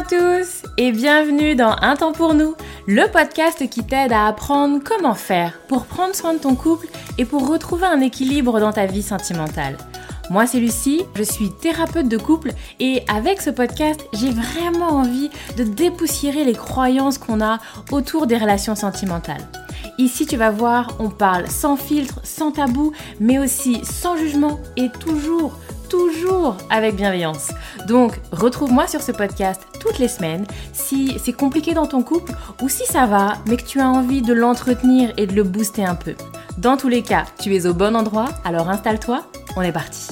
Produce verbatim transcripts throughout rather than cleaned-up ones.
à tous et bienvenue dans Un temps pour nous, le podcast qui t'aide à apprendre comment faire pour prendre soin de ton couple et pour retrouver un équilibre dans ta vie sentimentale. Moi c'est Lucie, je suis thérapeute de couple et avec ce podcast, j'ai vraiment envie de dépoussiérer les croyances qu'on a autour des relations sentimentales. Ici tu vas voir, on parle sans filtre, sans tabou, mais aussi sans jugement et toujours toujours avec bienveillance. Donc, retrouve-moi sur ce podcast toutes les semaines si c'est compliqué dans ton couple ou si ça va, mais que tu as envie de l'entretenir et de le booster un peu. Dans tous les cas, tu es au bon endroit, alors installe-toi, on est parti.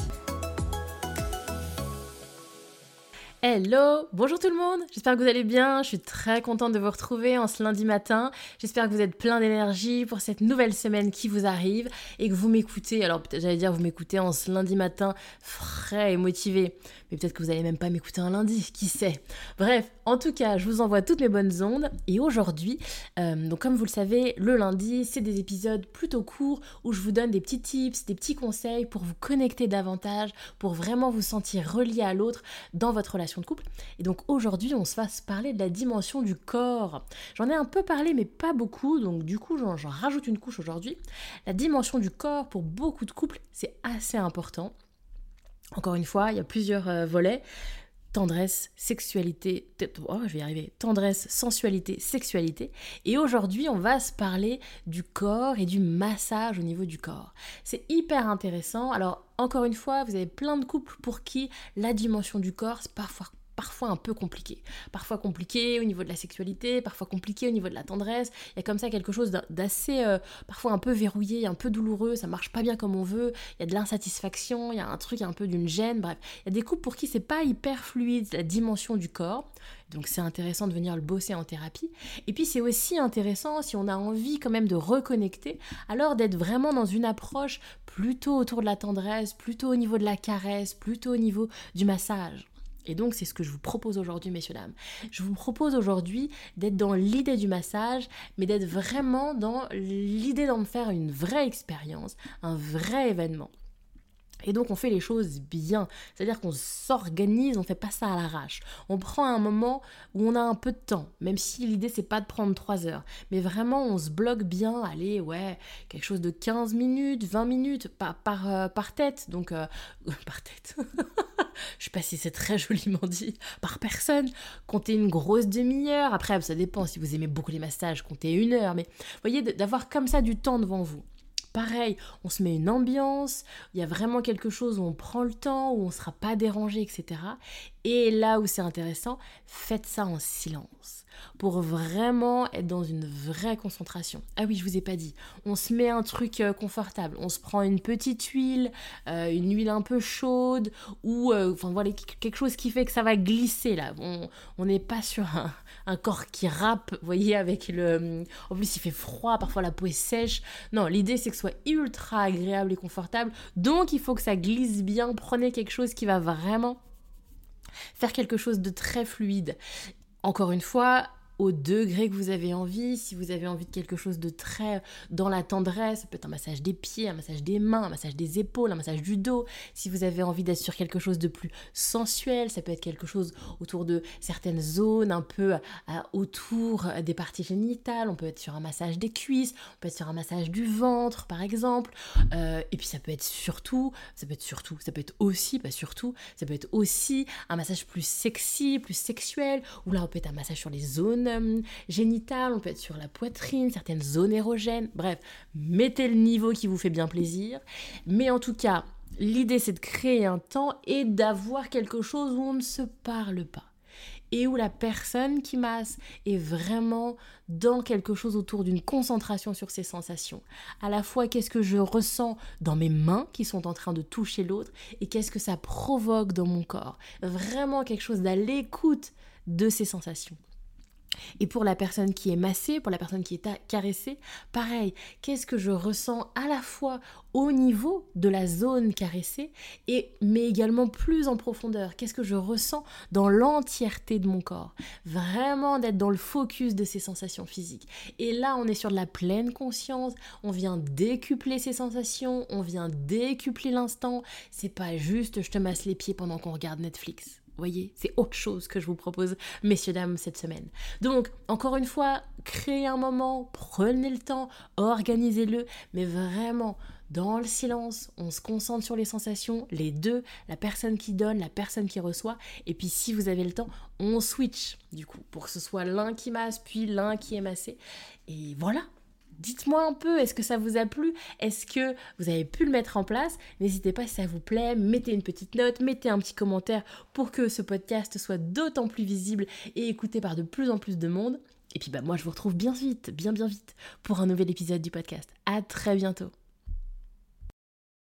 Hello, bonjour tout le monde, j'espère que vous allez bien, je suis très contente de vous retrouver en ce lundi matin, j'espère que vous êtes plein d'énergie pour cette nouvelle semaine qui vous arrive et que vous m'écoutez, alors peut-être j'allais dire vous m'écoutez en ce lundi matin frais et motivé, mais peut-être que vous n'allez même pas m'écouter un lundi, qui sait. Bref, en tout cas, je vous envoie toutes mes bonnes ondes et aujourd'hui, euh, donc comme vous le savez, le lundi, c'est des épisodes plutôt courts où je vous donne des petits tips, des petits conseils pour vous connecter davantage, pour vraiment vous sentir relié à l'autre dans votre relation de couple. Et donc aujourd'hui, on se fasse parler de la dimension du corps. J'en ai un peu parlé, mais pas beaucoup, donc du coup, j'en, j'en rajoute une couche aujourd'hui. La dimension du corps, pour beaucoup de couples, c'est assez important. Encore une fois, il y a plusieurs euh, volets. Tendresse, sexualité, oh, je vais y arriver, tendresse, sensualité, sexualité. Et aujourd'hui, on va se parler du corps et du massage au niveau du corps. C'est hyper intéressant. Alors, encore une fois, vous avez plein de couples pour qui la dimension du corps, c'est parfois parfois un peu compliqué. Parfois compliqué au niveau de la sexualité, parfois compliqué au niveau de la tendresse. Il y a comme ça quelque chose d'assez, euh, parfois un peu verrouillé, un peu douloureux, ça marche pas bien comme on veut, il y a de l'insatisfaction, il y a un truc un peu d'une gêne, bref. Il y a des couples pour qui c'est pas hyper fluide, la dimension du corps. Donc c'est intéressant de venir le bosser en thérapie. Et puis c'est aussi intéressant, si on a envie quand même de reconnecter, alors d'être vraiment dans une approche plutôt autour de la tendresse, plutôt au niveau de la caresse, plutôt au niveau du massage. Et donc, c'est ce que je vous propose aujourd'hui, messieurs, dames. Je vous propose aujourd'hui d'être dans l'idée du massage, mais d'être vraiment dans l'idée d'en faire une vraie expérience, un vrai événement. Et donc on fait les choses bien, c'est-à-dire qu'on s'organise, on fait pas ça à l'arrache. On prend un moment où on a un peu de temps, même si l'idée c'est pas de prendre trois heures, mais vraiment on se bloque bien, allez ouais, quelque chose de quinze minutes, vingt minutes par, par, euh, par tête, donc euh, par tête, je sais pas si c'est très joliment dit, par personne, comptez une grosse demi-heure, après ça dépend si vous aimez beaucoup les massages, comptez une heure, mais vous voyez d'avoir comme ça du temps devant vous. Pareil, on se met une ambiance, il y a vraiment quelque chose où on prend le temps, où on ne sera pas dérangé, et cetera. Et là où c'est intéressant, faites ça en silence, pour vraiment être dans une vraie concentration. Ah oui, je vous ai pas dit, on se met un truc euh, confortable, on se prend une petite huile, euh, une huile un peu chaude, ou euh, enfin voilà, quelque chose qui fait que ça va glisser là. On n'est pas sur un, un corps qui râpe, vous voyez, avec le... En plus, il fait froid, parfois la peau est sèche. Non, l'idée c'est que ce soit ultra agréable et confortable, donc il faut que ça glisse bien. Prenez quelque chose qui va vraiment faire quelque chose de très fluide. Encore une fois, au degré que vous avez envie, si vous avez envie de quelque chose de très dans la tendresse, ça peut être un massage des pieds, un massage des mains, un massage des épaules, un massage du dos. Si vous avez envie d'être sur quelque chose de plus sensuel, ça peut être quelque chose autour de certaines zones, un peu à, autour des parties génitales. On peut être sur un massage des cuisses, on peut être sur un massage du ventre, par exemple. Euh, et puis ça peut être surtout, ça peut être surtout, ça peut être aussi, pas surtout, ça peut être aussi un massage plus sexy, plus sexuel, où là on peut être un massage sur les zones génitales, on peut être sur la poitrine, certaines zones érogènes, bref, mettez le niveau qui vous fait bien plaisir, mais en tout cas, l'idée c'est de créer un temps et d'avoir quelque chose où on ne se parle pas, et où la personne qui masse est vraiment dans quelque chose autour d'une concentration sur ses sensations. À la fois, qu'est-ce que je ressens dans mes mains qui sont en train de toucher l'autre, et qu'est-ce que ça provoque dans mon corps. Vraiment quelque chose à l'écoute de ces sensations. Et pour la personne qui est massée, pour la personne qui est caressée, pareil, qu'est-ce que je ressens à la fois au niveau de la zone caressée, et, mais également plus en profondeur, qu'est-ce que je ressens dans l'entièreté de mon corps. Vraiment d'être dans le focus de ces sensations physiques. Et là, on est sur de la pleine conscience, on vient décupler ces sensations, on vient décupler l'instant, c'est pas juste je te masse les pieds pendant qu'on regarde Netflix. voyez, c'est autre chose que je vous propose, messieurs, dames, cette semaine. Donc, encore une fois, créez un moment, prenez le temps, organisez-le, mais vraiment, dans le silence, on se concentre sur les sensations, les deux, la personne qui donne, la personne qui reçoit, et puis si vous avez le temps, on switch, du coup, pour que ce soit l'un qui masse, puis l'un qui est massé, et voilà. Dites-moi un peu, est-ce que ça vous a plu? Est-ce que vous avez pu le mettre en place? N'hésitez pas si ça vous plaît, mettez une petite note, mettez un petit commentaire pour que ce podcast soit d'autant plus visible et écouté par de plus en plus de monde. Et puis bah moi je vous retrouve bien vite, bien bien vite pour un nouvel épisode du podcast. À très bientôt.